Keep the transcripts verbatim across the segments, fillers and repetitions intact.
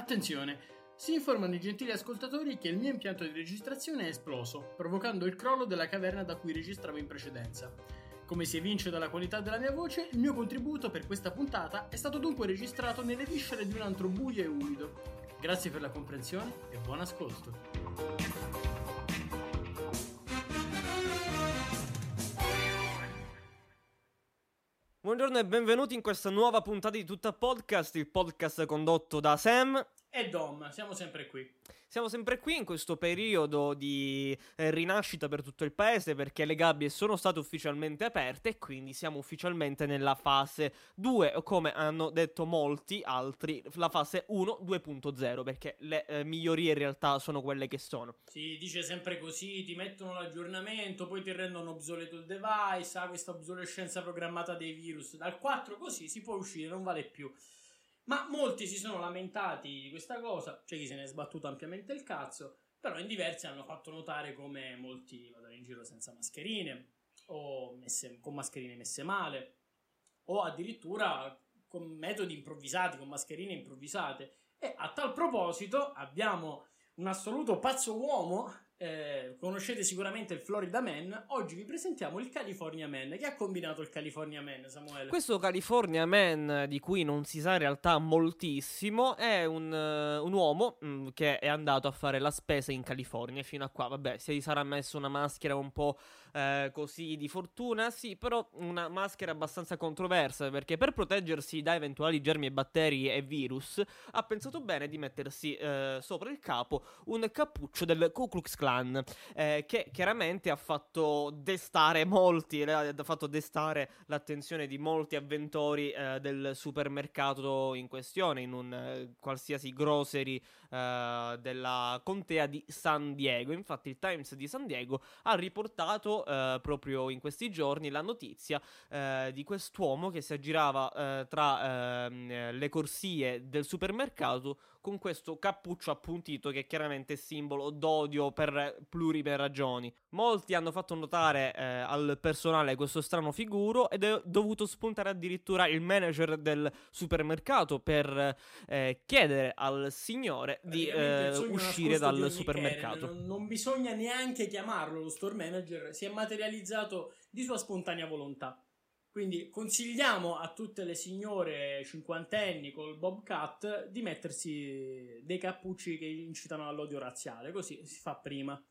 Attenzione! Si informano i gentili ascoltatori che il mio impianto di registrazione è esploso, provocando il crollo della caverna da cui registravo in precedenza. Come si evince dalla qualità della mia voce, il mio contributo per questa puntata è stato dunque registrato nelle viscere di un antro buio e umido. Grazie per la comprensione e buon ascolto. Buongiorno e benvenuti in questa nuova puntata di Tutta Podcast, il podcast condotto da Sam e Dom. Siamo sempre qui. Siamo sempre qui in questo periodo di eh, rinascita per tutto il paese, perché le gabbie sono state ufficialmente aperte e quindi siamo ufficialmente nella fase due, o come hanno detto molti altri, la fase uno due punto zero, perché le eh, migliorie in realtà sono quelle che sono. Si dice sempre così, ti mettono l'aggiornamento, poi ti rendono obsoleto il device, ah, questa obsolescenza programmata dei virus. Dal quattro così si può uscire, non vale più. Ma molti si sono lamentati di questa cosa, c'è chi se ne è sbattuto ampiamente il cazzo, però in diversi hanno fatto notare come molti vadano in giro senza mascherine, o messe, con mascherine messe male, o addirittura con metodi improvvisati, con mascherine improvvisate. E a tal proposito abbiamo un assoluto pazzo uomo, eh, conoscete sicuramente il Florida Man. Oggi vi presentiamo il California Man. Chi ha combinato il California Man, Samuele? Questo California Man, di cui non si sa in realtà moltissimo, è un, uh, un uomo mh, che è andato a fare la spesa in California fino a qua. Vabbè, si sarà messo una maschera un po' eh, così di fortuna, sì, però una maschera abbastanza controversa, perché per proteggersi da eventuali germi e batteri e virus ha pensato bene di mettersi eh, sopra il capo un cappuccio del Ku Klux Klan. Eh, che chiaramente ha fatto destare molti, ha fatto destare l'attenzione di molti avventori eh, del supermercato in questione, in un eh, qualsiasi grocery eh, della contea di San Diego. Infatti il Times di San Diego ha riportato eh, proprio in questi giorni la notizia eh, di quest'uomo che si aggirava eh, tra eh, le corsie del supermercato con questo cappuccio appuntito, che chiaramente è simbolo d'odio per plurime ragioni. Molti hanno fatto notare eh, al personale questo strano figuro ed è dovuto spuntare addirittura il manager del supermercato per eh, chiedere al signore di eh, uscire dal di supermercato. Non, non bisogna neanche chiamarlo lo store manager, si è materializzato di sua spontanea volontà. Quindi consigliamo a tutte le signore cinquantenni col bob cut di mettersi dei cappucci che incitano all'odio razziale, così si fa prima.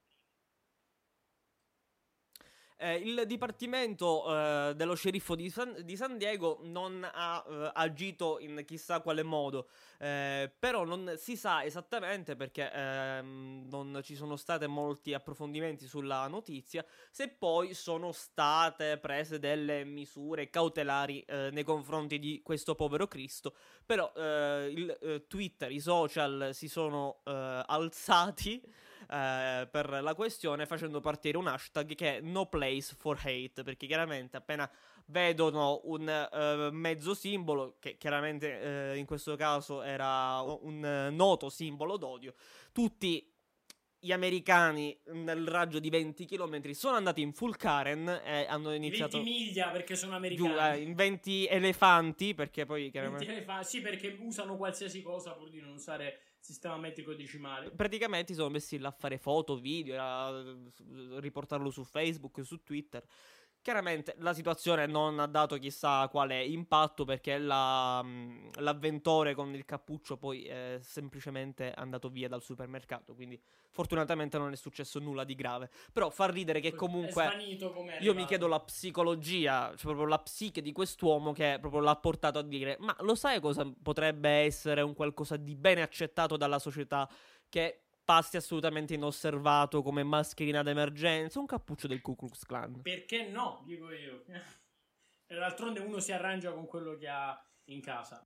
Eh, il dipartimento eh, dello sceriffo di San, di San Diego non ha eh, agito in chissà quale modo, eh, però non si sa esattamente, perché ehm, non ci sono stati molti approfondimenti sulla notizia, se poi sono state prese delle misure cautelari eh, nei confronti di questo povero Cristo. Però eh, il eh, Twitter, i social si sono eh, alzati eh, per la questione, facendo partire un hashtag che è No Place for Hate, perché chiaramente appena vedono un uh, mezzo simbolo, che chiaramente uh, in questo caso era un uh, noto simbolo d'odio, tutti gli americani nel raggio di venti chilometri sono andati in full Karen e hanno iniziato venti miglia, perché sono americani, giù, eh, in venti elefanti, perché poi chiaramente venti elefanti, sì, perché usano qualsiasi cosa pur di non usare sistema metrico decimale. Praticamente si sono messi là a fare foto, video, a riportarlo su Facebook, su Twitter. Chiaramente la situazione non ha dato chissà quale impatto, perché la, l'avventore con il cappuccio poi è semplicemente andato via dal supermercato, quindi fortunatamente non è successo nulla di grave. Però fa ridere che comunque è svanito, com'è io mi chiedo la psicologia, cioè proprio la psiche di quest'uomo che proprio l'ha portato a dire: ma lo sai cosa potrebbe essere un qualcosa di bene accettato dalla società, che passi assolutamente inosservato come mascherina d'emergenza, un cappuccio del Ku Klux Klan? Perché no, dico io. E d'altronde uno si arrangia con quello che ha in casa.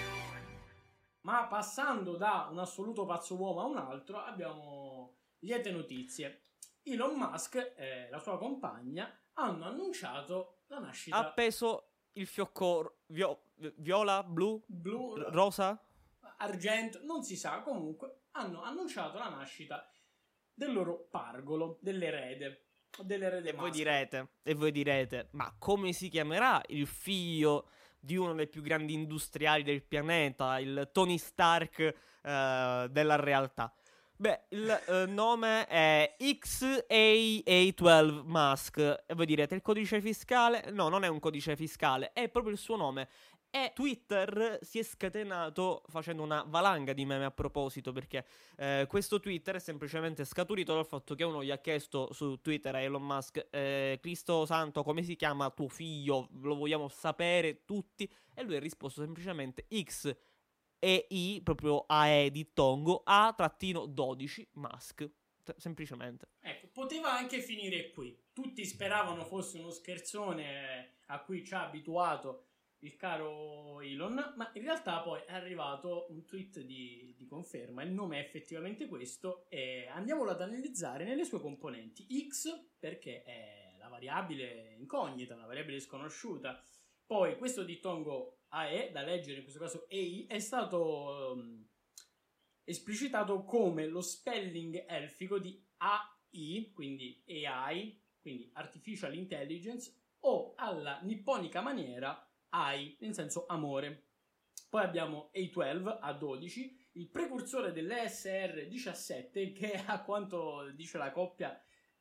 Ma passando da un assoluto pazzo uomo a un altro, abbiamo liete notizie. Elon Musk e la sua compagna hanno annunciato la nascita... Ha appeso il fiocco vio- viola, blu, blu, r- rosa? Argento, non si sa, comunque hanno annunciato la nascita del loro pargolo, dell'erede, dell'erede E voi Musk. direte, e voi direte, ma come si chiamerà il figlio di uno dei più grandi industriali del pianeta, il Tony Stark eh, della realtà. Beh, il eh, nome è X A A dodici Musk, e voi direte il codice fiscale? No, non è un codice fiscale, è proprio il suo nome. E Twitter si è scatenato facendo una valanga di meme a proposito, perché eh, questo Twitter è semplicemente scaturito dal fatto che uno gli ha chiesto su Twitter a Elon Musk eh, Cristo santo, come si chiama tuo figlio? Lo vogliamo sapere tutti. E lui ha risposto semplicemente X E I, proprio A E di Tongo, A dodici Musk. Semplicemente. Ecco, poteva anche finire qui. Tutti speravano fosse uno scherzone a cui ci ha abituato il caro Elon, ma in realtà poi è arrivato un tweet di, di conferma. Il nome è effettivamente questo e andiamolo ad analizzare nelle sue componenti. X perché è la variabile incognita, una variabile sconosciuta. Poi questo dittongo A E, da leggere in questo caso A I, è stato um, esplicitato come lo spelling elfico di A I, quindi A I, quindi Artificial Intelligence, o alla nipponica maniera Ai, nel senso amore. Poi abbiamo A dodici, A dodici, il precursore dell'E S R diciassette, che a quanto dice la coppia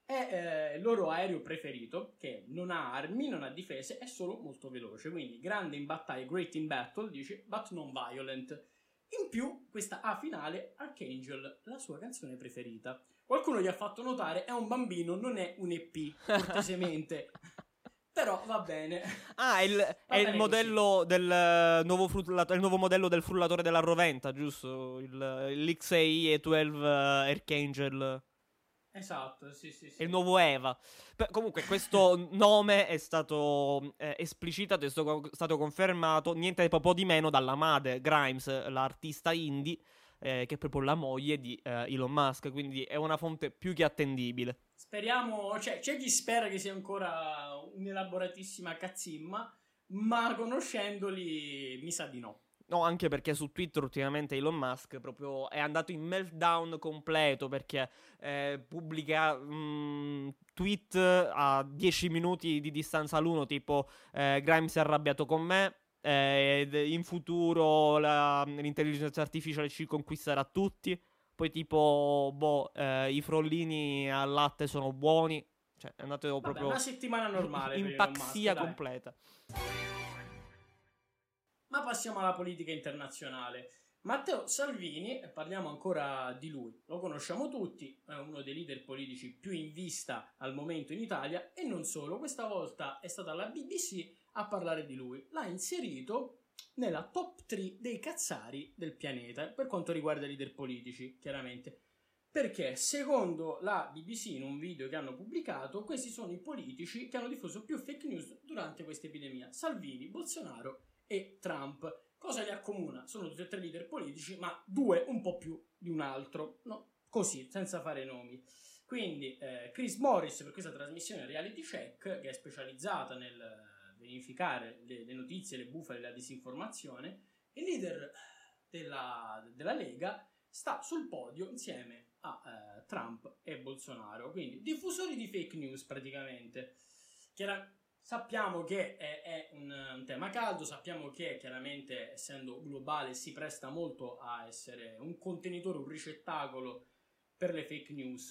è eh, il loro aereo preferito, che non ha armi, non ha difese, è solo molto veloce, quindi grande in battaglia, great in battle, dice, but non violent. In più, questa A finale, Archangel, la sua canzone preferita. Qualcuno gli ha fatto notare, è un bambino, non è un E P, cortesemente. Però va bene. Ah, il, è il modello così. del uh, nuovo frullatore, il nuovo modello del frullatore della roventa, giusto? Il, l'X A I E dodici uh, Archangel. Esatto, sì, sì, sì. È il nuovo Eva. Beh, comunque questo nome è stato eh, esplicitato, è stato, stato confermato niente po' di meno dalla madre Grimes, l'artista indie, eh, che è proprio la moglie di eh, Elon Musk, quindi è una fonte più che attendibile. Speriamo, cioè c'è chi spera che sia ancora un'elaboratissima cazzimma, ma conoscendoli mi sa di no. No, anche perché su Twitter ultimamente Elon Musk proprio è andato in meltdown completo, perché eh, pubblica mh, tweet a dieci minuti di distanza l'uno, tipo eh, Grimes si è arrabbiato con me, eh, in futuro la, l'intelligenza artificiale ci conquisterà tutti, poi tipo boh, eh, i frollini al latte sono buoni, cioè è andato Vabbè, proprio una settimana normale in pazzia completa. Ma passiamo alla politica internazionale. Matteo Salvini, parliamo ancora di lui, lo conosciamo tutti, è uno dei leader politici più in vista al momento in Italia e non solo, questa volta è stata la B B C a parlare di lui. L'ha inserito nella top tre dei cazzari del pianeta per quanto riguarda i leader politici, chiaramente. Perché secondo la B B C in un video che hanno pubblicato, questi sono i politici che hanno diffuso più fake news durante questa epidemia: Salvini, Bolsonaro e Trump. Cosa li accomuna? Sono tutti e tre leader politici, ma due un po' più di un altro, no? Così, senza fare nomi. Quindi eh, Chris Morris, per questa trasmissione Reality Check, che è specializzata nel verificare le, le notizie, le bufale e la disinformazione, il leader della, della Lega sta sul podio insieme a eh, Trump e Bolsonaro, quindi diffusori di fake news praticamente. Chiaramente sappiamo che è, è un, un tema caldo, sappiamo che chiaramente essendo globale si presta molto a essere un contenitore, un ricettacolo per le fake news.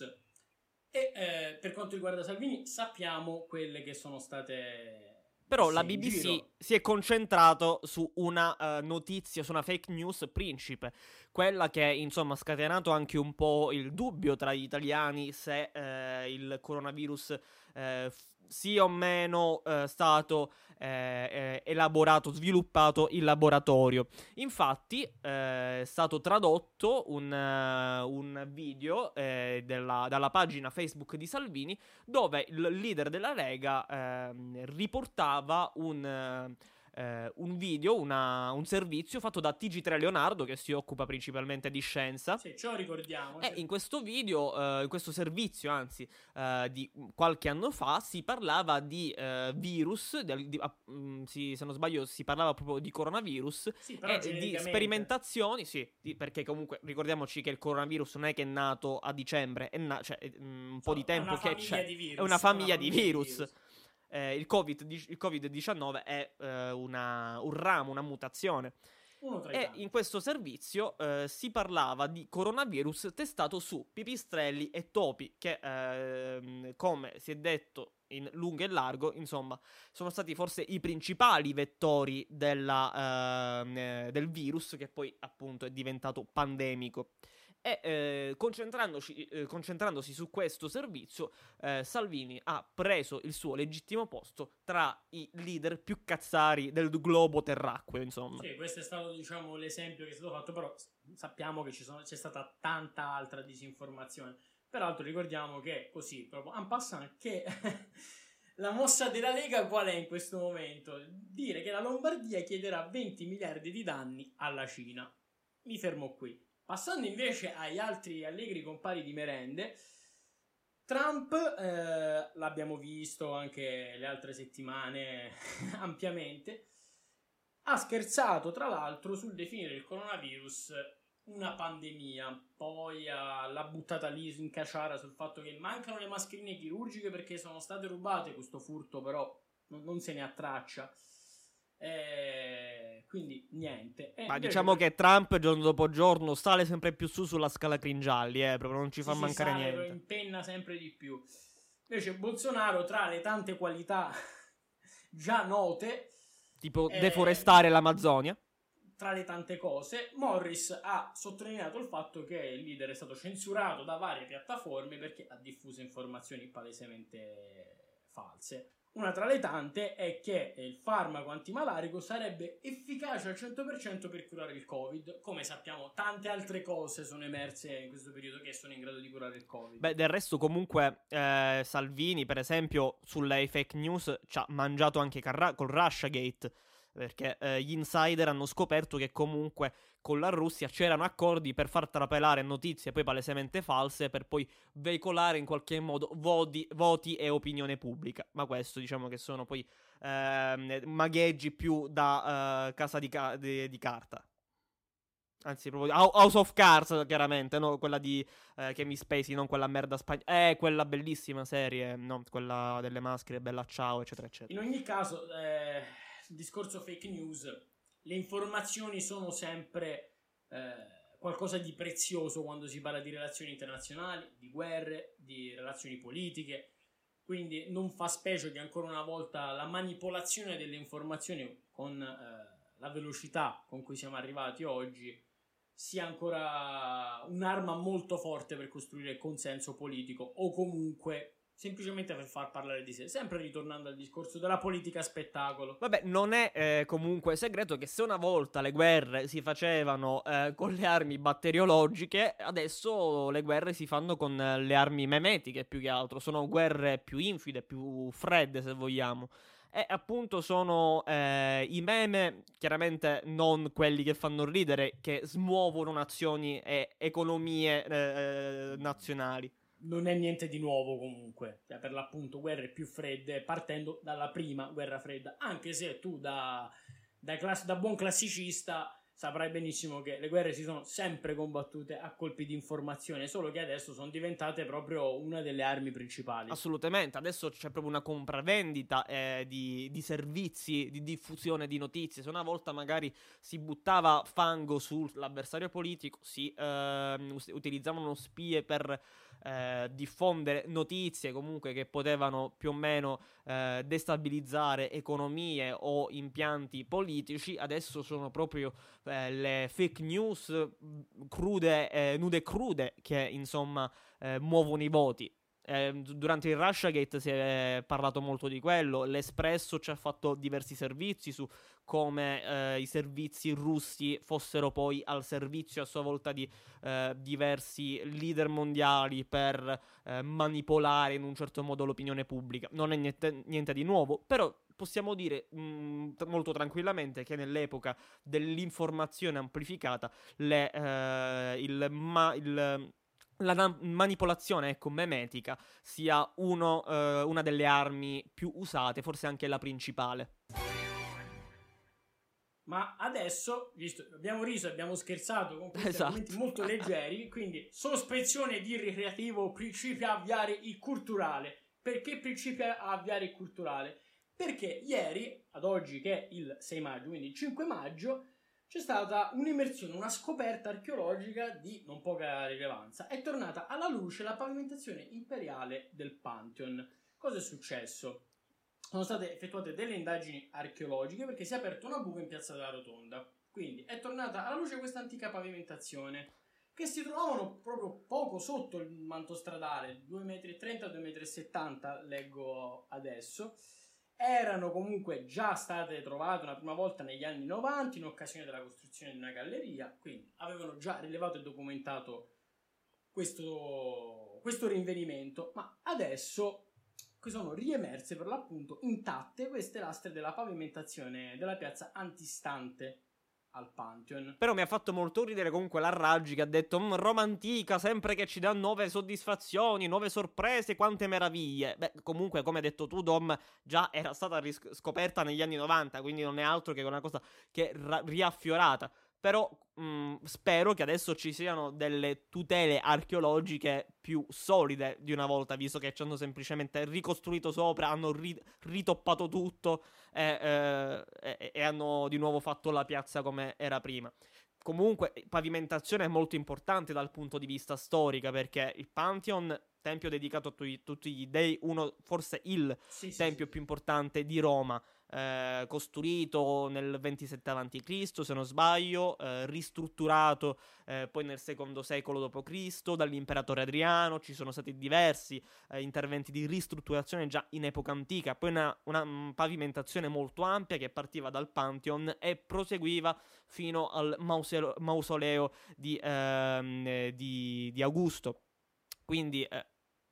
E eh, per quanto riguarda Salvini sappiamo quelle che sono state... Però la B B C si è concentrato su una uh, notizia, su una fake news principe, quella che insomma ha scatenato anche un po' il dubbio tra gli italiani se uh, il coronavirus uh, sia o meno uh, stato eh, elaborato, sviluppato in laboratorio. Infatti eh, è stato tradotto un, uh, un video eh, della, dalla pagina Facebook di Salvini, dove il leader della Lega eh, riportava un... Uh, Uh, un video, una, un servizio fatto da T G tre Leonardo, che si occupa principalmente di scienza. Sì, ce lo ricordiamo. E in questo video, uh, in questo servizio, anzi, uh, di qualche anno fa, si parlava di uh, virus, di, di, uh, um, si, se non sbaglio si parlava proprio di coronavirus, sì, e di sperimentazioni, sì, di, perché comunque ricordiamoci che il coronavirus non è che è nato a dicembre, è na- cioè, um, un po' di tempo che c'è, di virus, è una famiglia, una famiglia di virus. Di virus. eh, il Covid, il covid diciannove è eh, una, un ramo, una mutazione. E in questo servizio eh, si parlava di coronavirus testato su pipistrelli e topi che, eh, come si è detto in lungo e largo, insomma, sono stati forse i principali vettori della, eh, del virus, che poi appunto è diventato pandemico. E eh, concentrandoci, eh, concentrandosi su questo servizio, eh, Salvini ha preso il suo legittimo posto tra i leader più cazzari del globo terracqueo, insomma. Sì, questo è stato, diciamo, l'esempio che è stato fatto, però sappiamo che ci sono, c'è stata tanta altra disinformazione. Peraltro ricordiamo che, così, proprio en passant, che la mossa della Lega qual è in questo momento? Dire che la Lombardia chiederà venti miliardi di danni alla Cina. Mi fermo qui. Passando invece agli altri allegri compari di merende, Trump, eh, l'abbiamo visto anche le altre settimane ampiamente, ha scherzato tra l'altro sul definire il coronavirus una pandemia, poi uh, l'ha buttata lì in caciara sul fatto che mancano le mascherine chirurgiche perché sono state rubate, questo furto però non, non se ne ha traccia. Eh, quindi niente. Ma diciamo per... che Trump giorno dopo giorno sale sempre più su sulla scala cringialli, eh, proprio non ci fa sì, mancare sì, sale, niente. Lo impenna sempre di più. Invece Bolsonaro, tra le tante qualità già note, tipo eh, deforestare l'Amazzonia, tra le tante cose, Morris ha sottolineato il fatto che il leader è stato censurato da varie piattaforme perché ha diffuso informazioni palesemente false. Una tra le tante è che il farmaco antimalarico sarebbe efficace al cento per cento per curare il Covid. Come sappiamo, tante altre cose sono emerse in questo periodo che sono in grado di curare il Covid. Beh, del resto comunque eh, Salvini, per esempio, sulle fake news ci ha mangiato anche carra- col Russiagate, perché eh, gli insider hanno scoperto che comunque con la Russia c'erano accordi per far trapelare notizie poi palesemente false per poi veicolare in qualche modo voti, voti e opinione pubblica. Ma questo diciamo che sono poi eh, magheggi più da uh, casa di, ca- di, di carta. Anzi, proprio House of Cards, chiaramente, no? Quella di eh, Kevin Spacey, non quella merda spagnola. Eh, quella bellissima serie, no? Quella delle maschere, Bella Ciao, eccetera, eccetera. In ogni caso, eh, il discorso fake news, le informazioni sono sempre eh, qualcosa di prezioso quando si parla di relazioni internazionali, di guerre, di relazioni politiche. Quindi non fa specie che ancora una volta la manipolazione delle informazioni con eh, la velocità con cui siamo arrivati oggi sia ancora un'arma molto forte per costruire consenso politico o comunque semplicemente per far parlare di sé, sempre ritornando al discorso della politica spettacolo. Vabbè, non è eh, comunque segreto che se una volta le guerre si facevano eh, con le armi batteriologiche, adesso le guerre si fanno con eh, le armi memetiche più che altro, sono guerre più infide, più fredde se vogliamo. E appunto sono eh, i meme, chiaramente non quelli che fanno ridere, che smuovono nazioni e economie eh, nazionali. Non è niente di nuovo comunque, cioè, per l'appunto guerre più fredde, partendo dalla prima guerra fredda, anche se tu da, da, class- da buon classicista saprai benissimo che le guerre si sono sempre combattute a colpi di informazione, solo che adesso sono diventate proprio una delle armi principali. Assolutamente, adesso c'è proprio una compravendita eh, di, di servizi, di diffusione di notizie. Se una volta magari si buttava fango sull'avversario politico, si eh, utilizzavano spie per eh, diffondere notizie comunque che potevano più o meno eh, destabilizzare economie o impianti politici, adesso sono proprio eh, le fake news crude, eh, nude e crude che insomma eh, muovono i voti. Eh, durante il Russiagate si è parlato molto di quello. L'Espresso ci ha fatto diversi servizi su come eh, i servizi russi fossero poi al servizio a sua volta di eh, diversi leader mondiali per eh, manipolare in un certo modo l'opinione pubblica. Non è niente, niente di nuovo, però possiamo dire mh, molto tranquillamente che nell'epoca dell'informazione amplificata le, eh, il, ma, il la na- manipolazione, ecco, memetica sia uno, eh, una delle armi più usate, forse anche la principale. Ma adesso, visto che abbiamo riso e abbiamo scherzato con questi Esatto. argomenti molto leggeri, quindi sospensione di ricreativo, principio avviare il culturale. perché principi a avviare il culturale? Perché ieri, ad oggi che è il sei maggio, quindi il cinque maggio, c'è stata un'immersione, una scoperta archeologica di non poca rilevanza. È tornata alla luce la pavimentazione imperiale del Pantheon. Cosa è successo? Sono state effettuate delle indagini archeologiche perché si è aperto una buca in Piazza della Rotonda. Quindi è tornata alla luce questa antica pavimentazione che si trovavano proprio poco sotto il manto stradale, due virgola trenta metri, due virgola settanta metri, leggo adesso. Erano comunque già state trovate una prima volta negli anni novanta in occasione della costruzione di una galleria, quindi avevano già rilevato e documentato questo, questo rinvenimento, ma adesso sono riemerse per l'appunto intatte queste lastre della pavimentazione della piazza antistante al Pantheon. Però mi ha fatto molto ridere comunque la Raggi che ha detto mmm, Roma antica, sempre che ci dà nuove soddisfazioni, nuove sorprese, quante meraviglie. Beh, comunque come hai detto tu Dom, già era stata ris- scoperta negli anni novanta, quindi non è altro che una cosa che è ra- riaffiorata. Però mh, spero che adesso ci siano delle tutele archeologiche più solide di una volta, visto che ci hanno semplicemente ricostruito sopra, hanno ri- ritoppato tutto e, eh, e, e hanno di nuovo fatto la piazza come era prima. Comunque, pavimentazione è molto importante dal punto di vista storico, perché il Pantheon, tempio dedicato a tu- tutti gli dei, uno forse il sì, tempio sì, più importante di Roma, eh, costruito nel ventisette avanti Cristo se non sbaglio, eh, ristrutturato eh, poi nel secondo secolo dopo Cristo dall'imperatore Adriano. Ci sono stati diversi eh, interventi di ristrutturazione già in epoca antica, poi una, una mh, pavimentazione molto ampia che partiva dal Pantheon e proseguiva fino al mausoleo, mausoleo di, ehm, eh, di, di Augusto. Quindi eh,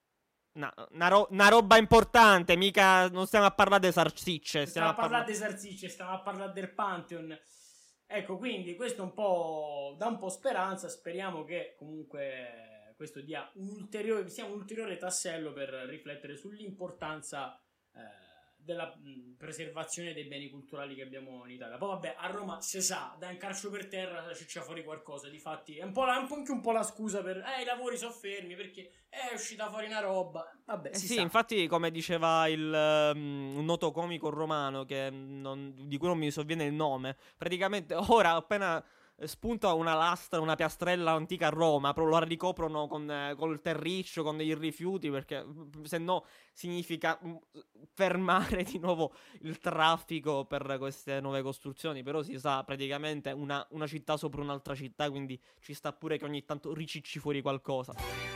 una, una, ro- una roba importante, mica non stiamo a parlare di salsicce, stiamo, stiamo a parlare parla- di Sarsicce, stiamo a parlare del Pantheon. Ecco, quindi questo un po' dà un po' speranza, speriamo che comunque questo dia un ulteriore, sia un ulteriore tassello per riflettere sull'importanza eh, della mh, preservazione dei beni culturali che abbiamo in Italia. Poi vabbè, a Roma si sa, da un calcio per terra ci c'è fuori qualcosa, difatti è un po' la, un po' anche un po' la scusa per eh, i lavori sono fermi perché è uscita fuori una roba. Vabbè, Eh si sì, sa. infatti, come diceva il, um, un noto comico romano che non- di cui non mi sovviene il nome, praticamente ora appena spunta una lastra, una piastrella antica a Roma, però la ricoprono con, eh, col terriccio, con dei rifiuti, perché mm, se no significa mm, fermare di nuovo il traffico per queste nuove costruzioni. Però si sa, praticamente una, una città sopra un'altra città, quindi ci sta pure che ogni tanto ricicci fuori qualcosa.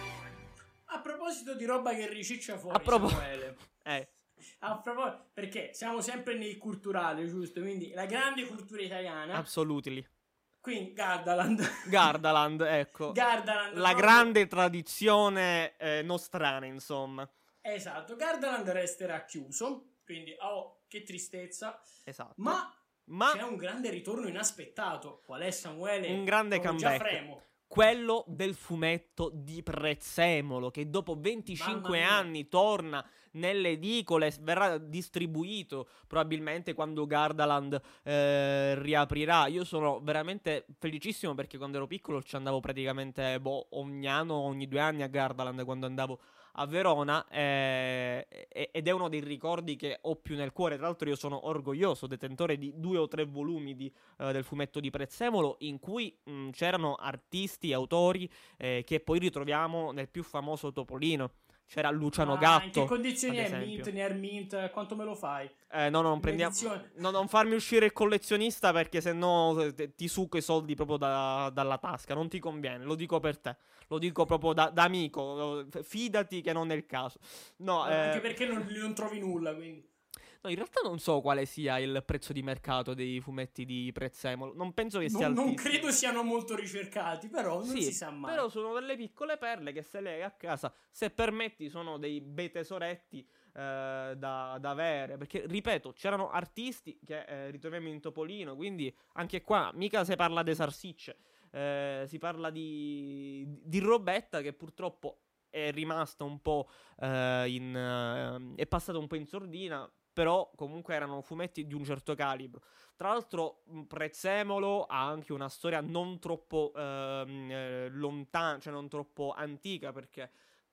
A proposito di roba che riciccia A fuori, proposito... Samuele. Eh... A proposito, perché siamo sempre nel culturale, giusto? Quindi la grande cultura italiana. Absolutely. Quindi Gardaland. Gardaland, ecco. Gardaland. La proprio... grande tradizione eh, nostrana, insomma. Esatto, Gardaland resterà chiuso. Quindi, oh, che tristezza. Esatto. Ma, Ma c'è un grande ritorno inaspettato. Qual è, Samuele? un grande Proprio comeback. già fremo. Quello del fumetto di Prezzemolo, che dopo venticinque anni torna nelle edicole, verrà distribuito probabilmente quando Gardaland eh, riaprirà. Io sono veramente felicissimo perché quando ero piccolo ci andavo praticamente boh, ogni anno, ogni due anni a Gardaland quando andavo a Verona, eh, ed è uno dei ricordi che ho più nel cuore. Tra l'altro io sono orgoglioso detentore di due o tre volumi di, eh, del fumetto di Prezzemolo, in cui mh, c'erano artisti, autori eh, che poi ritroviamo nel più famoso Topolino. C'era Luciano Ma Gatto. in che condizioni ad è esempio. Mint, Near Mint? Quanto me lo fai? Eh, no, no, non prendiamo. No, non farmi uscire il collezionista perché sennò ti, ti succo i soldi proprio da, dalla tasca. Non ti conviene, lo dico per te. Lo dico proprio da, da amico. Fidati che non è il caso. No, eh... Anche perché non, non trovi nulla, quindi. No, in realtà non so quale sia il prezzo di mercato dei fumetti di Prezzemolo. Non penso che sia non, altissimo. non credo siano molto ricercati, però non sì, si sa mai. Però sono delle piccole perle che se lei a casa, se permetti, sono dei bei tesoretti eh, da, da avere. Perché, ripeto, c'erano artisti che eh, ritroviamo in Topolino, quindi anche qua mica si parla di salsicce. Eh, si parla di, di robetta che purtroppo è rimasta un po' eh, in... Eh, è passata un po' in sordina. Però comunque erano fumetti di un certo calibro. Tra l'altro Prezzemolo ha anche una storia non troppo ehm, eh, lontana, cioè non troppo antica, perché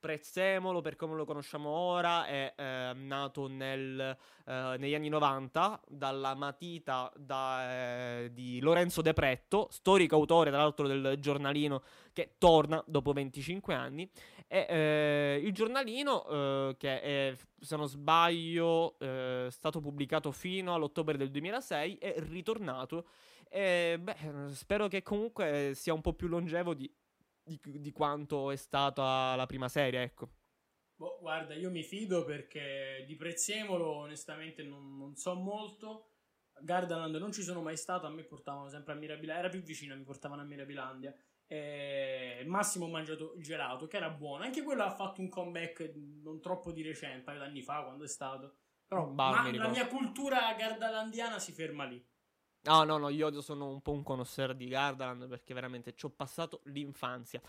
Prezzemolo, per come lo conosciamo ora, è eh, nato nel, eh, negli anni novanta dalla matita da, eh, di Lorenzo De Pretto, storico autore tra l'altro del giornalino, che torna dopo venticinque anni. E eh, il giornalino, eh, che è, se non sbaglio, è stato pubblicato fino all'ottobre del duemilasei, è ritornato. E beh, spero che comunque sia un po' più longevo di Di, di quanto è stata la prima serie, ecco. Boh, guarda, io mi fido perché di Prezzemolo onestamente non, non so molto. Gardaland non ci sono mai stato, a me portavano sempre a Mirabilandia, era più vicino, mi portavano a Mirabilandia. E Massimo ho mangiato il gelato, che era buono. Anche quello ha fatto un comeback non troppo di recente, un paio d'anni fa, quando è stato. Però Bah, ma la mia cultura gardalandiana si ferma lì. No, no, no, io sono un po' un connoisseur di Gardaland perché veramente ci ho passato l'infanzia.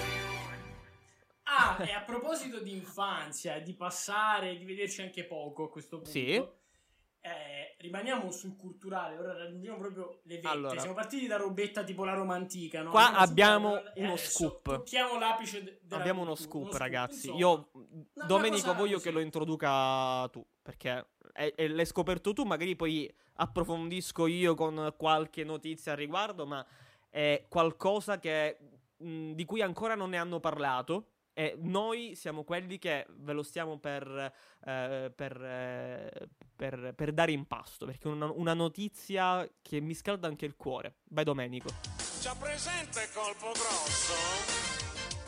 Ah, e a proposito di infanzia, di passare, di vederci anche poco a questo punto, Sì. eh, rimaniamo sul culturale, ora raggiungiamo proprio le vette. Allora, Siamo partiti da robetta tipo la romantica, no? qua Andiamo abbiamo super- e uno adesso scoop. tocchiamo l'apice de- della Abbiamo uno cultura, scoop, ragazzi. insomma. Io, Una- Domenico, una cosa voglio così. che lo introduca tu, perché è- è- l'hai scoperto tu, magari poi approfondisco io con qualche notizia al riguardo, ma è qualcosa che, mh, di cui ancora non ne hanno parlato. E noi siamo quelli che ve lo stiamo per, eh, per, eh, per, per dare in pasto, perché è una, una notizia che mi scalda anche il cuore. Vai, Domenico. C'ha presente Colpo Grosso?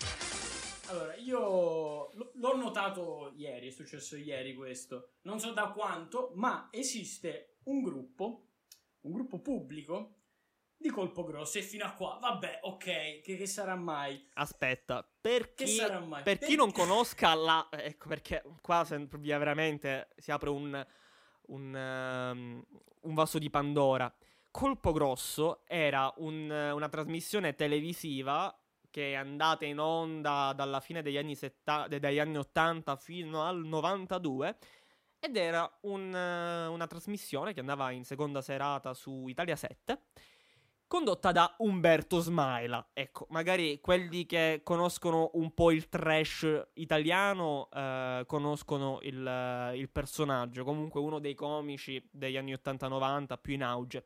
Allora, io l- l'ho notato ieri, è successo ieri questo, non so da quanto, ma esiste un gruppo, un gruppo pubblico di Colpo Grosso e fino a qua, vabbè, ok, che, che sarà mai? Aspetta, per Che chi, sarà mai? per chi Per- non conosca la... Ecco, perché qua se- via veramente si apre un, un, ehm, un vaso di Pandora. Colpo Grosso era un- una trasmissione televisiva che è andata in onda dalla fine degli anni, setta- dagli anni ottanta fino al novantadue ed era un, eh, una trasmissione che andava in seconda serata su Italia sette, condotta da Umberto Smaila. Ecco, magari quelli che conoscono un po' il trash italiano eh, conoscono il, eh, il personaggio, comunque uno dei comici degli anni ottanta novanta più in auge.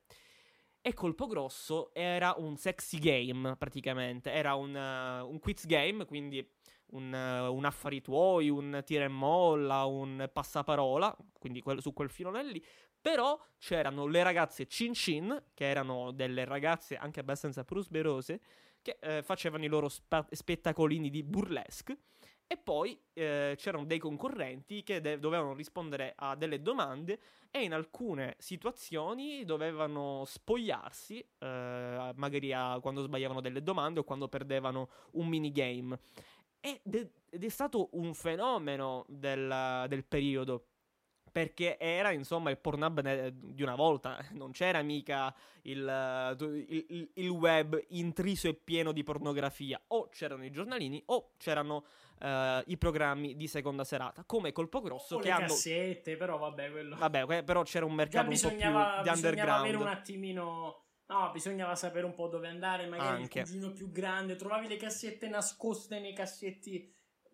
E Colpo Grosso era un sexy game, praticamente. Era un, uh, un quiz game, quindi un, uh, un affari tuoi, un tira e molla, un passaparola, quindi quel, su quel filone lì. Però c'erano le ragazze Cin Cin, che erano delle ragazze anche abbastanza prosperose, che eh, facevano i loro spa- spettacolini di burlesque. E poi eh, c'erano dei concorrenti che de- dovevano rispondere a delle domande e in alcune situazioni dovevano spogliarsi, eh, magari a- quando sbagliavano delle domande o quando perdevano un minigame. Ed è, ed è stato un fenomeno del, del periodo. Perché era insomma il Pornhub ne- di una volta, non c'era mica il, il- il- il web intriso e pieno di pornografia. O c'erano i giornalini o c'erano eh, i programmi di seconda serata, come Colpo Grosso o che le hanno... cassette, però vabbè, quello... Vabbè, que- però c'era un Già mercato un po' bisognava, più di bisognava avere un underground. attimino... No, bisognava sapere un po' dove andare, magari Anche. il cugino più grande, trovavi le cassette nascoste nei cassetti,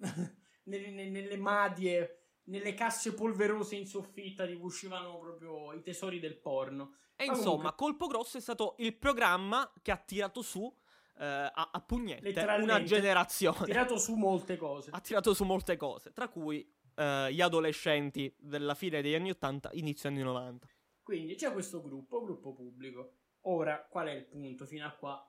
nelle, nelle, nelle madie, nelle casse polverose in soffitta, ti uscivano proprio i tesori del porno. E Ma insomma, comunque, Colpo Grosso è stato il programma che ha tirato su eh, a, a pugnette letteralmente, una generazione. tirato su molte cose. Ha tirato su molte cose, tra cui eh, gli adolescenti della fine degli anni ottanta, inizio anni novanta. Quindi c'è questo gruppo, gruppo pubblico. Ora, qual è il punto fino a qua?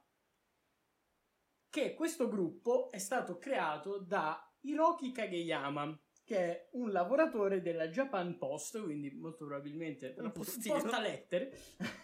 Che questo gruppo è stato creato da Hiroki Kageyama, che è un lavoratore della Japan Post, quindi molto probabilmente per Un l'appunto un postino. portalettere.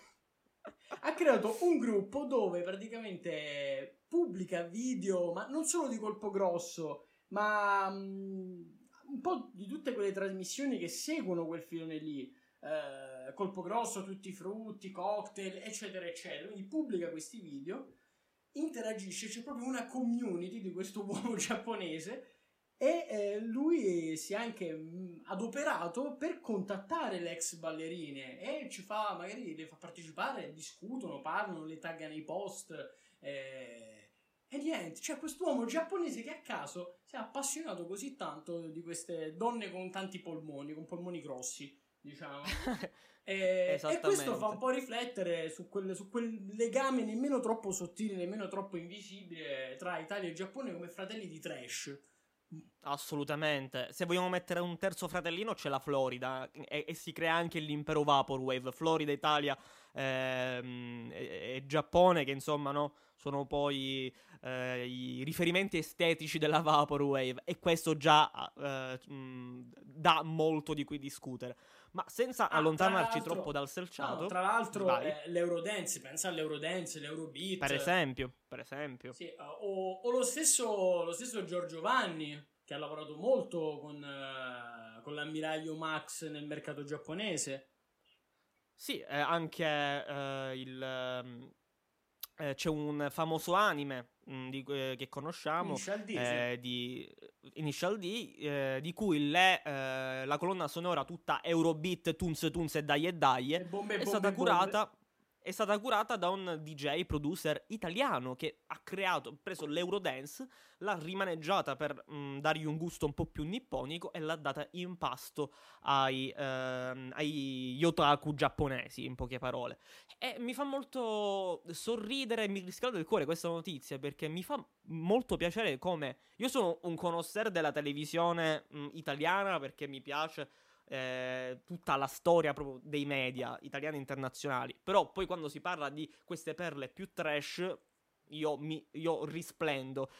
Ha creato un gruppo dove praticamente pubblica video, ma non solo di Colpo Grosso, ma um, un po' di tutte quelle trasmissioni che seguono quel filone lì. Uh, Colpo Grosso, Tutti i Frutti, Cocktail, eccetera, eccetera. Quindi pubblica questi video, interagisce, c'è proprio una community di questo uomo giapponese. E eh, lui si è anche mh, adoperato per contattare le ex ballerine e ci fa, magari le fa partecipare, discutono, parlano, le tagga nei post, eh, E niente, c'è quest'uomo giapponese che a caso si è appassionato così tanto di queste donne con tanti polmoni, con polmoni grossi, diciamo. E, e questo fa un po' riflettere su quel, su quel legame nemmeno troppo sottile, nemmeno troppo invisibile tra Italia e Giappone come fratelli di trash. Assolutamente. Se vogliamo mettere un terzo fratellino c'è la Florida e, e si crea anche l'impero Vaporwave. Florida, Italia ehm, e, e Giappone, che insomma no, sono poi eh, i riferimenti estetici della Vaporwave, e questo già eh, mh, dà molto di cui discutere. Ma senza ah, allontanarci troppo dal selciato, no, tra l'altro eh, l'Eurodance, pensa all'Eurodance, l'Eurobeat, per esempio, per esempio. Sì, o, o lo stesso lo stesso Giorgio Vanni, che ha lavorato molto con, uh, con l'ammiraglio Max nel mercato giapponese. Sì, eh, anche eh, il eh, c'è un famoso anime mh, di, eh, che conosciamo, Initial D, eh, sì. di Initial D, eh, di cui le, eh, la colonna sonora tutta Eurobeat, Tunes Tunes e Dai e Dai E bombe, è bombe, stata bombe. curata è stata curata da un D J producer italiano che ha creato, preso l'Eurodance, l'ha rimaneggiata per mh, dargli un gusto un po' più nipponico e l'ha data in pasto ai, ehm, ai otaku giapponesi, in poche parole. E mi fa molto sorridere e mi riscalda il cuore questa notizia, perché mi fa molto piacere come... Io sono un connoisseur della televisione mh, italiana, perché mi piace Eh, tutta la storia proprio dei media italiani e internazionali, però poi quando si parla di queste perle più trash io, mi, io risplendo.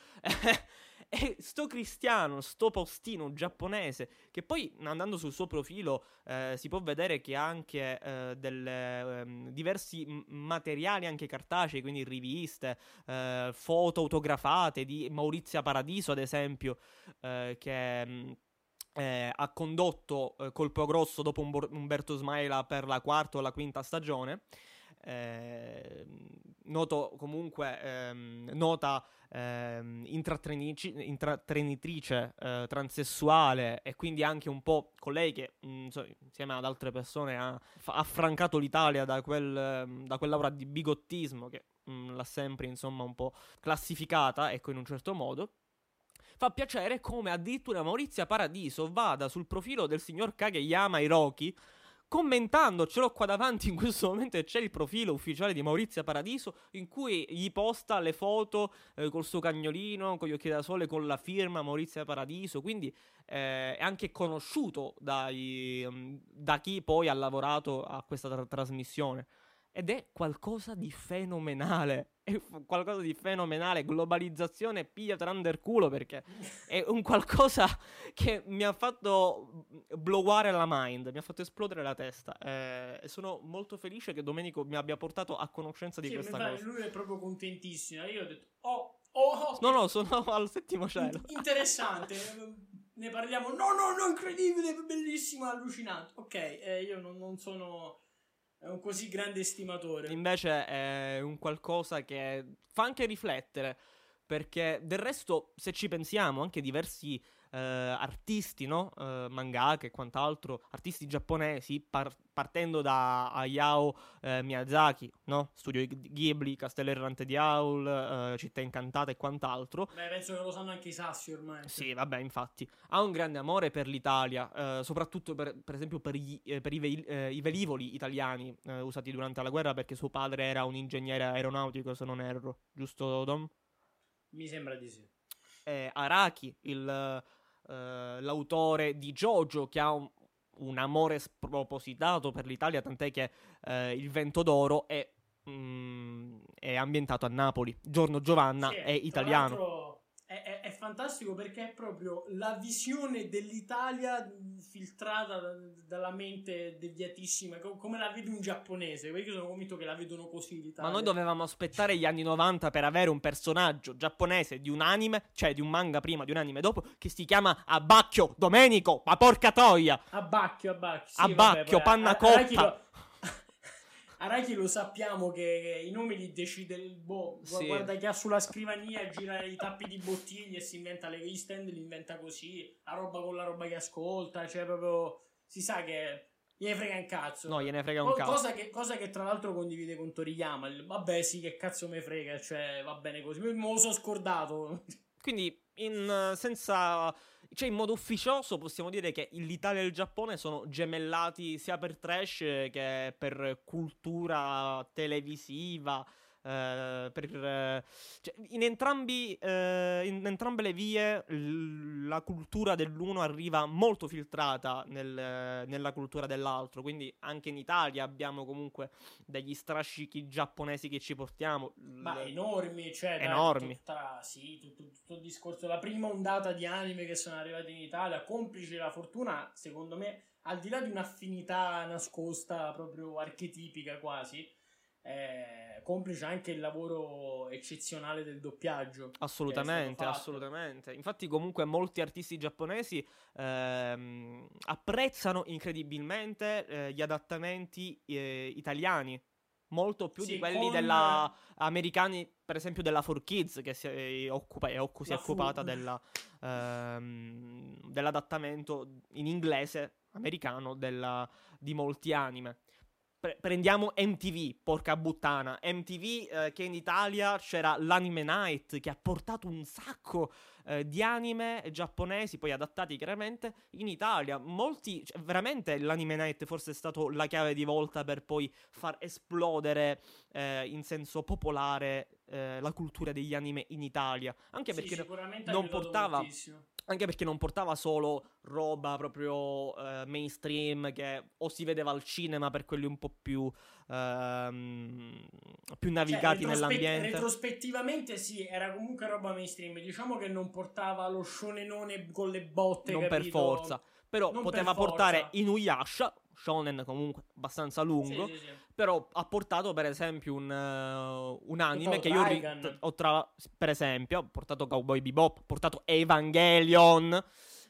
E sto Cristiano, sto postino giapponese, che poi andando sul suo profilo eh, si può vedere che ha anche eh, delle, ehm, diversi m- materiali anche cartacei, quindi riviste, eh, foto autografate di Maurizia Paradiso ad esempio, eh, che... Mh, Eh, ha condotto eh, Colpo Grosso dopo Umbor- Umberto Smaila per la quarta o la quinta stagione. Eh, noto comunque ehm, nota ehm, intrattenici- intrattenitrice eh, transessuale, e quindi anche un po' colei che mh, so, insieme ad altre persone ha fa- affrancato l'Italia da, quel, ehm, da quell'aura di bigottismo che mh, l'ha sempre insomma un po' classificata, ecco, in un certo modo. Fa piacere come addirittura Maurizia Paradiso vada sul profilo del signor Kageyama Hiroki commentando, ce l'ho qua davanti in questo momento, e c'è il profilo ufficiale di Maurizia Paradiso in cui gli posta le foto eh, col suo cagnolino, con gli occhi da sole, con la firma Maurizia Paradiso, quindi eh, è anche conosciuto dai, um, da chi poi ha lavorato a questa tra- trasmissione. Ed è qualcosa di fenomenale. È f- qualcosa di fenomenale. Globalizzazione pigliata under culo, perché è un qualcosa che mi ha fatto bloware la mind, mi ha fatto esplodere la testa. Eh, e sono molto felice che Domenico mi abbia portato a conoscenza di sì, questa fa, cosa. lui è proprio contentissimo. Io ho detto, oh, oh, oh No, no, sono al settimo cielo. interessante. Ne parliamo. No, no, no, incredibile, bellissimo, allucinante. Ok, eh, io non, non sono... è un così grande estimatore. Invece è un qualcosa che fa anche riflettere, perché del resto, se ci pensiamo, anche diversi eh, artisti, no? Eh, mangaka e quant'altro, artisti giapponesi, par- partendo da Hayao eh, Miyazaki, no? Studio Ghibli, Castello Errante di Howl, eh, Città Incantata e quant'altro. Beh, penso che lo sanno anche i sassi ormai. Sì, vabbè, infatti. Ha un grande amore per l'Italia, eh, soprattutto per, per esempio per, gli, eh, per i, ve- eh, i velivoli italiani eh, usati durante la guerra, perché suo padre era un ingegnere aeronautico, se non erro. Giusto, Dom? Mi sembra di sì. Eh, Araki, il, eh, l'autore di JoJo, che ha un, un amore spropositato per l'Italia, tant'è che eh, Il Vento d'Oro è, mm, è ambientato a Napoli. Giorno Giovanna Sì, è tra italiano. l'altro È, è, è fantastico perché è proprio la visione dell'Italia filtrata da, dalla mente deviatissima, co- come la vede un giapponese, perché io sono convinto che la vedono così l'Italia. Ma noi dovevamo aspettare gli anni novanta per avere un personaggio giapponese di un anime, cioè di un manga prima, di un anime dopo, che si chiama Abbacchio Domenico, ma porca troia! Abbacchio, Abbacchio, sì, Abbacchio, vabbè, panna Ar- cotta. Araki lo... Araki lo sappiamo che, che i nomi li decide il boh, Sì. guarda che ha sulla scrivania, gira i tappi di bottiglie e si inventa le stand, li inventa così, la roba con la roba che ascolta, cioè proprio si sa che gliene frega un cazzo. No, gliene frega un Co- cazzo. Cosa che, cosa che tra l'altro condivide con Toriyama. Il- Vabbè, sì, che cazzo me frega, cioè, va bene così. Me lo so scordato. Quindi, in, senza, cioè in modo ufficioso possiamo dire che l'Italia e il Giappone sono gemellati sia per trash che per cultura televisiva. Eh, per, eh, cioè, in entrambi eh, in entrambe le vie l- la cultura dell'uno arriva molto filtrata nel- nella cultura dell'altro, quindi anche in Italia abbiamo comunque degli strascichi giapponesi che ci portiamo. Ma L- enormi, cioè, dai, Enormi. tutta- sì, tutto, tutto il discorso. La prima ondata di anime che sono arrivati in Italia, complice la fortuna, secondo me, al di là di un'affinità nascosta, proprio archetipica quasi, eh, complice anche il lavoro eccezionale del doppiaggio. Assolutamente, che è stato fatto. assolutamente. Infatti, comunque, molti artisti giapponesi ehm, apprezzano incredibilmente eh, gli adattamenti eh, italiani. Molto più Sì, di quelli con della americani, per esempio, della four Kids, che si è, occupa, è occu- si è la fu- occupata della, ehm, dell'adattamento in inglese americano della- di molti anime. Pre- prendiamo M T V, porca buttana. M T V eh, che in Italia c'era l'Anime Night che ha portato un sacco eh, di anime giapponesi, poi adattati chiaramente in Italia. Molti, cioè, veramente l'Anime Night forse è stato la chiave di volta per poi far esplodere eh, in senso popolare eh, la cultura degli anime in Italia. Anche sì, perché sicuramente ha non aiutato portava... moltissimo. Anche perché non portava solo roba proprio eh, mainstream che o si vedeva al cinema per quelli un po' più, ehm, più navigati Cioè, retrospe- nell'ambiente. retrospettivamente sì, era comunque roba mainstream. Diciamo che non portava lo shonenone con le botte, Non per capito? forza. Però Non poteva per portare forza. Inuyasha, shonen comunque abbastanza lungo. Sì, sì, sì. Però ha portato per esempio un, eh, un anime Portato che io ri- Trigun. ho tra, per esempio, ha portato Cowboy Bebop, ha portato Evangelion.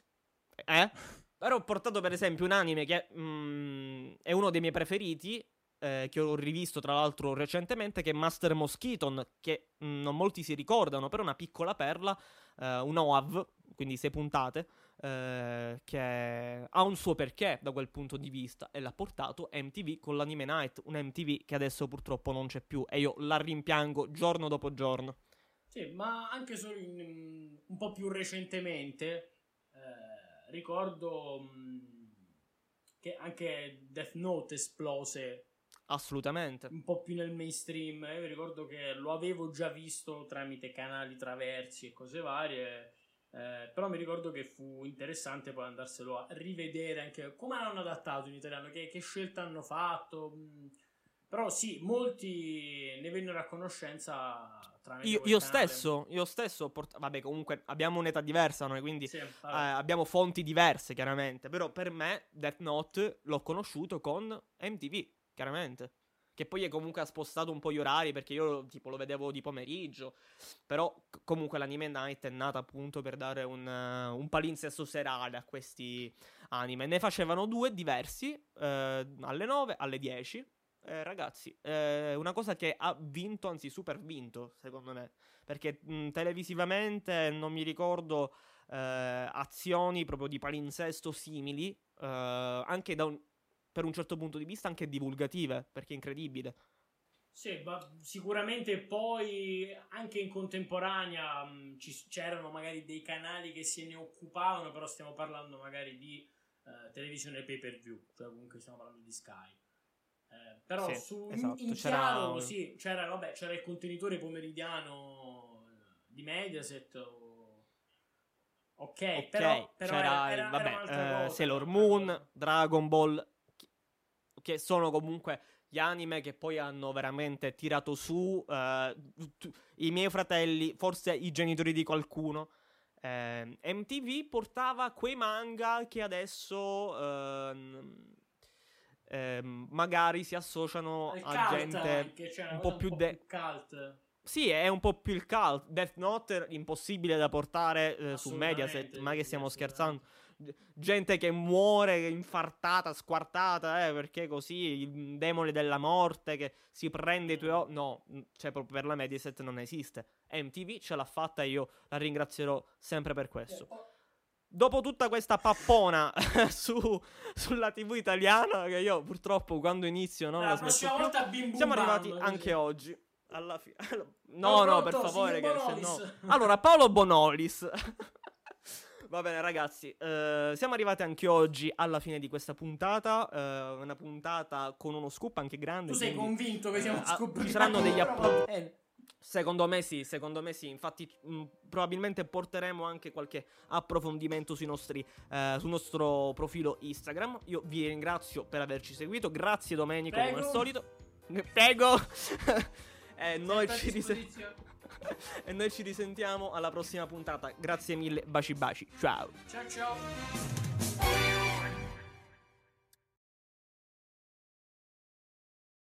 Eh? Però ho portato per esempio un anime che mm, è uno dei miei preferiti, eh, che ho rivisto tra l'altro recentemente, che è Master Mosquiton, che mm, non molti si ricordano, però è una piccola perla, eh, un O A V, quindi sei puntate, eh, che ha un suo perché da quel punto di vista, e l'ha portato M T V con l'Anime Night, un M T V che adesso purtroppo non c'è più e io la rimpiango giorno dopo giorno. Sì, ma anche solo in- un po' più recentemente eh, ricordo mh, che anche Death Note esplose Assolutamente. un po' più nel mainstream. Io ricordo che lo avevo già visto tramite canali traversi e cose varie, eh, però mi ricordo che fu interessante poi andarselo a rivedere anche come l'hanno adattato in italiano, che, che scelta hanno fatto. mh. Però sì, molti ne vennero a conoscenza tramite Io, quel io canale. stesso, io stesso, ho port- vabbè, comunque abbiamo un'età diversa noi, quindi Sì, eh, vabbè. abbiamo fonti diverse, chiaramente. Però per me Death Note l'ho conosciuto con M T V, chiaramente. Che poi è comunque ha spostato un po' gli orari, perché io tipo lo vedevo di pomeriggio. Però c- comunque l'Anime Night è nata appunto per dare un, eh, un palinsesto serale a questi anime. Ne facevano due diversi, eh, alle nove, alle dieci. Eh, ragazzi, è una cosa che ha vinto, anzi super vinto, secondo me, perché mh, televisivamente non mi ricordo eh, azioni proprio di palinsesto simili, eh, anche da un, per un certo punto di vista anche divulgative, perché è incredibile. Sì, ma sicuramente poi anche in contemporanea mh, ci- c'erano magari dei canali che se ne occupavano, però stiamo parlando magari di eh, televisione pay per view, cioè comunque stiamo parlando di Sky. Eh, però Sì, su, in- esatto, in, c'era- chiaro sì, c'era, vabbè, c'era il contenitore pomeridiano eh, di Mediaset. o- Ok, Ok, però, però c'era era, il- era, vabbè, era un'altra eh, cosa, Sailor un'altra Moon, cosa. Dragon Ball, che- che sono comunque gli anime che poi hanno veramente tirato su eh, tu- i miei fratelli, forse i genitori di qualcuno. Eh, M T V portava quei manga che adesso ehm, ehm, magari si associano Il a cult gente anche, c'è una un cosa po' più de- più cult. Sì, è un po' più il cult. Death Note impossibile da portare eh, su Assolutamente, Mediaset, ma sì, che sì, stiamo assolutamente. scherzando? G- Gente che muore infartata, squartata, eh, perché così il demone della morte che si prende i tuoi occhi. No, mm, cioè proprio per la Mediaset non esiste. M T V ce l'ha fatta e io la ringrazierò sempre per Eh, questo. po- dopo tutta questa pappona su, sulla tivù italiana, che io purtroppo quando inizio non La la smetto prossima più, volta bim bum siamo bam, arrivati così. anche oggi. Alla fine. No, No, no, per pronto, favore, signor che se Bonolis. no. Allora, Paolo Bonolis. Va bene, ragazzi, eh, siamo arrivati anche oggi alla fine di questa puntata, eh, una puntata con uno scoop anche grande. Tu sei quindi, convinto che siamo eh, ah, scopriti? ci saranno degli Però va app- bene. Secondo me sì, secondo me sì. Infatti, mh, probabilmente porteremo anche qualche approfondimento sui nostri, eh, sul nostro profilo Instagram. Io vi ringrazio per averci seguito. Grazie, Domenico, Prego. come al solito. Prego. E noi Sempre a ci risen- disposizione. E noi ci risentiamo alla prossima puntata. Grazie mille, baci baci. Ciao. Ciao ciao.